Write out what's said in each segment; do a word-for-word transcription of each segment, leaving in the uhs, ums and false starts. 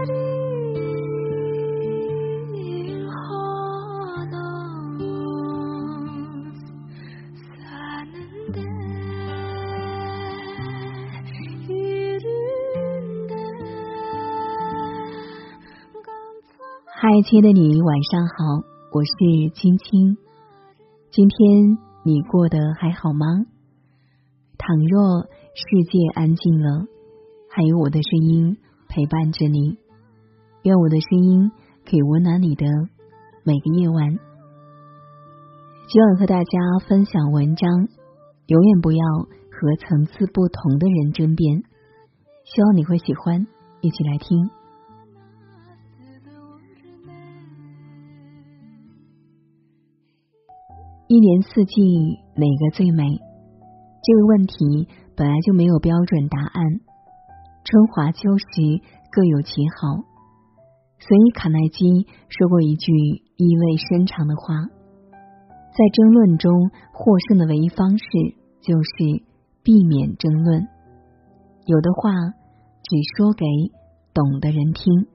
嗨，亲爱的你，晚上好，我是青青。今天你过得还好吗？倘若世界安静了，还有我的声音陪伴着你，愿我的声音可以温暖你的每个夜晚。今晚和大家分享文章，永远不要和层次不同的人争辩，希望你会喜欢，一起来听。一年四季哪个最美？这个问题本来就没有标准答案，春华秋实各有其好。所以卡耐基说过一句意味深长的话，在争论中获胜的唯一方式就是避免争论，有的话只说给懂的人听。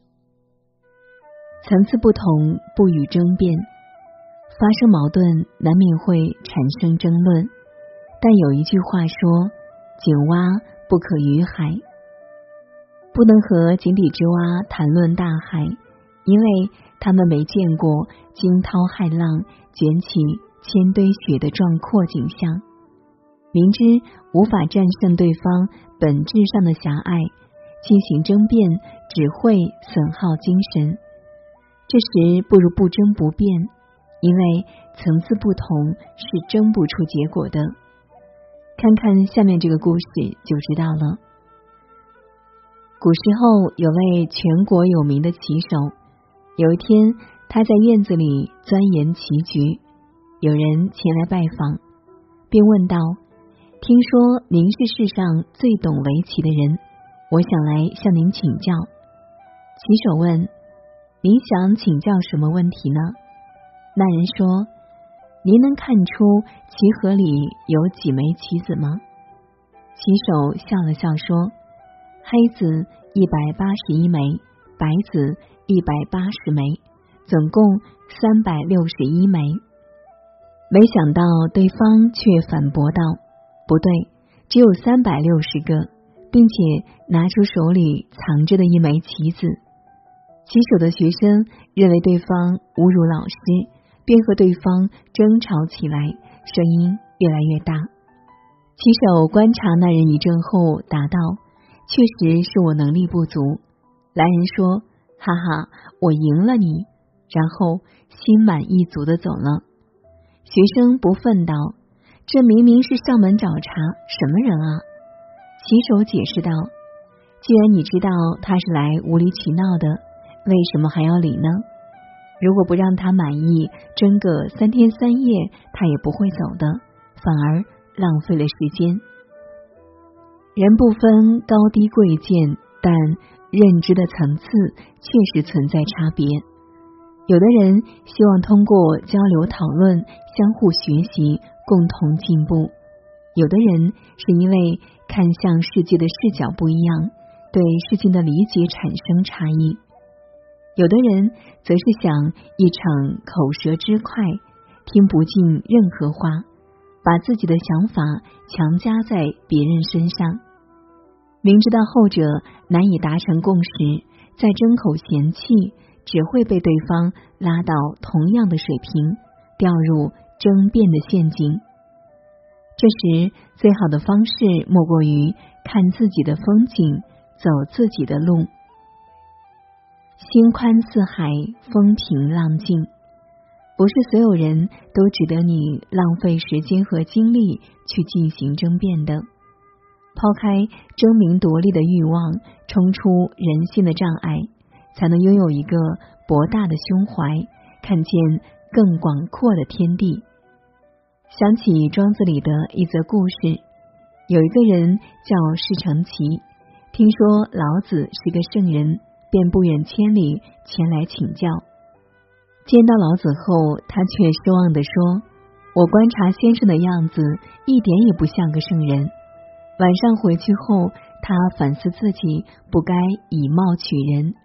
层次不同，不予争辩，发生矛盾难免会产生争论，但有一句话说，井蛙不可语海，不能和井底之蛙谈论大海，因为他们没见过惊涛骇浪卷起千堆雪的壮阔景象，明知无法战胜对方本质上的狭隘，进行争辩只会损耗精神。这时不如不争不辩，因为层次不同是争不出结果的。看看下面这个故事就知道了。古时候有位全国有名的棋手，有一天他在院子里钻研棋局，有人前来拜访，便问道：听说您是世上最懂围棋的人，我想来向您请教。棋手问：您想请教什么问题呢？那人说：您能看出棋盒里有几枚棋子吗？棋手笑了笑说：黑子一百八十一枚，白子一百八十枚，总共三百六十一枚。没想到对方却反驳道：不对，只有三百六十个，并且拿出手里藏着的一枚棋子。棋手的学生认为对方侮辱老师，便和对方争吵起来，声音越来越大。棋手观察那人一阵后答道：确实是我能力不足。来人说：哈哈，我赢了你，然后心满意足地走了。学生不忿道：这明明是上门找茬，什么人啊？棋手解释道：既然你知道他是来无理取闹的，为什么还要理呢？如果不让他满意，争个三天三夜，他也不会走的，反而浪费了时间。人不分高低贵贱，但认知的层次确实存在差别。有的人希望通过交流讨论，相互学习，共同进步；有的人是因为看向世界的视角不一样，对事情的理解产生差异。有的人则是想一场口舌之快，听不进任何话，把自己的想法强加在别人身上。明知道后者难以达成共识，再争口嫌弃，只会被对方拉到同样的水平，掉入争辩的陷阱。这时最好的方式莫过于看自己的风景，走自己的路。心宽似海，风平浪静。不是所有人都值得你浪费时间和精力去进行争辩的。抛开争名夺利的欲望，冲出人性的障碍，才能拥有一个博大的胸怀，看见更广阔的天地。想起庄子里的一则故事，有一个人叫释承齐，听说老子是个圣人，便不远千里前来请教。见到老子后，他却失望地说：我观察先生的样子，一点也不像个圣人。晚上回去后，他反思自己不该以貌取人，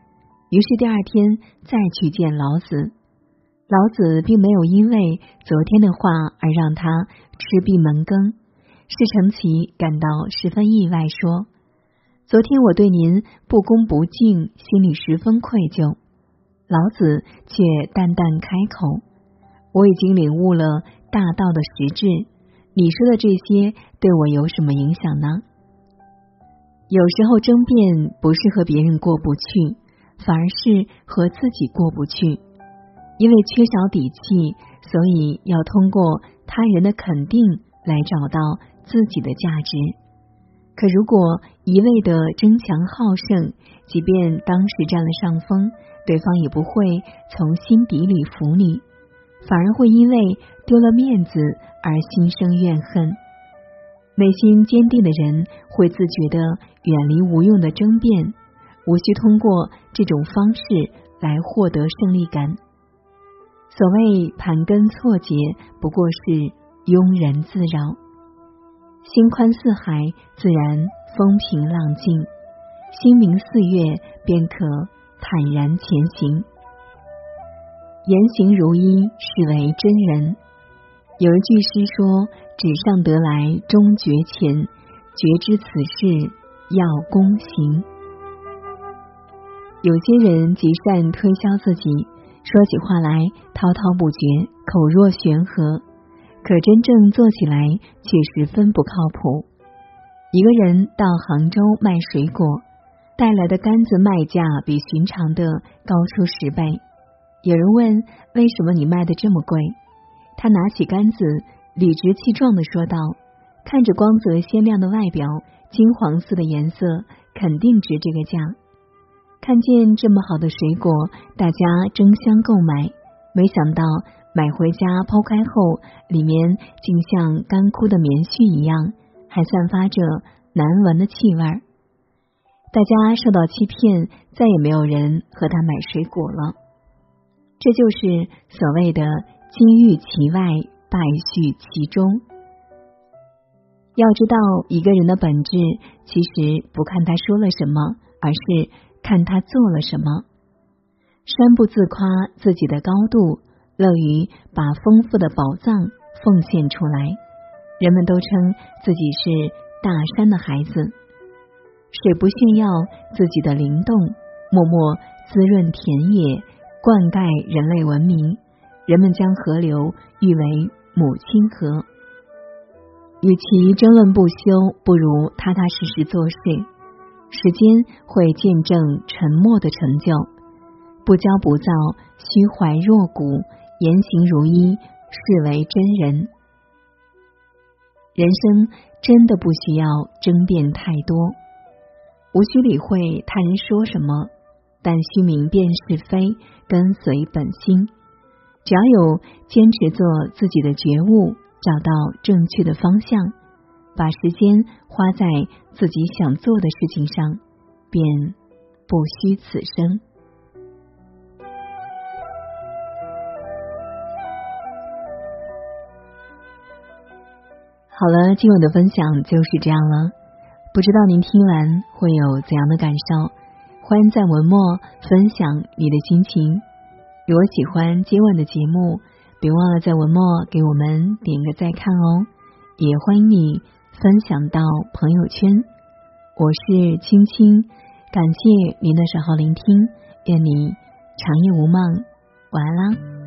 于是第二天再去见老子。老子并没有因为昨天的话而让他吃闭门羹，释承其感到十分意外，说：昨天我对您不恭不敬，心里十分愧疚。老子却淡淡开口：我已经领悟了大道的实质，你说的这些对我有什么影响呢？有时候争辩不是和别人过不去，反而是和自己过不去。因为缺少底气，所以要通过他人的肯定来找到自己的价值。可如果一味的争强好胜，即便当时占了上风，对方也不会从心底里服你，反而会因为丢了面子而心生怨恨。内心坚定的人会自觉地远离无用的争辩，无需通过这种方式来获得胜利感。所谓盘根错节，不过是庸人自扰。心宽似海，自然风平浪静；心明似月，便可坦然前行。言行如一，是为真人。有一句诗说：纸上得来终觉浅，觉知此事要躬行。有些人极善推销自己，说起话来滔滔不绝，口若悬河，可真正做起来却十分不靠谱。一个人到杭州卖水果，带来的柑子卖价比寻常的高出十倍。有人问：为什么你卖的这么贵？他拿起柑子，理直气壮地说道：看着光泽鲜亮的外表，金黄色的颜色，肯定值这个价。看见这么好的水果，大家争相购买，没想到买回家剖开后，里面竟像干枯的棉絮一样，还散发着难闻的气味。大家受到欺骗，再也没有人和他买水果了。这就是所谓的金玉其外，败絮其中。要知道一个人的本质，其实不看他说了什么，而是看他做了什么。山不自夸自己的高度，乐于把丰富的宝藏奉献出来。人们都称自己是大山的孩子。水不炫耀自己的灵动，默默滋润田野，灌溉人类文明。人们将河流誉为母亲河。与其争论不休，不如踏踏实实做事。时间会见证沉默的成就。不骄不躁，虚怀若谷，言行如一，是为真人。人生真的不需要争辩太多，无需理会他人说什么，但需明辨是非，跟随本心。只要有坚持做自己的觉悟，找到正确的方向，把时间花在自己想做的事情上，便不虚此生。好了，今晚的分享就是这样了。不知道您听完会有怎样的感受？欢迎在文末分享你的心情。如果喜欢今晚的节目，别忘了在文末给我们点个再看哦。也欢迎你分享到朋友圈。我是青青，感谢您的守候聆听，愿你长夜无梦，晚安啦。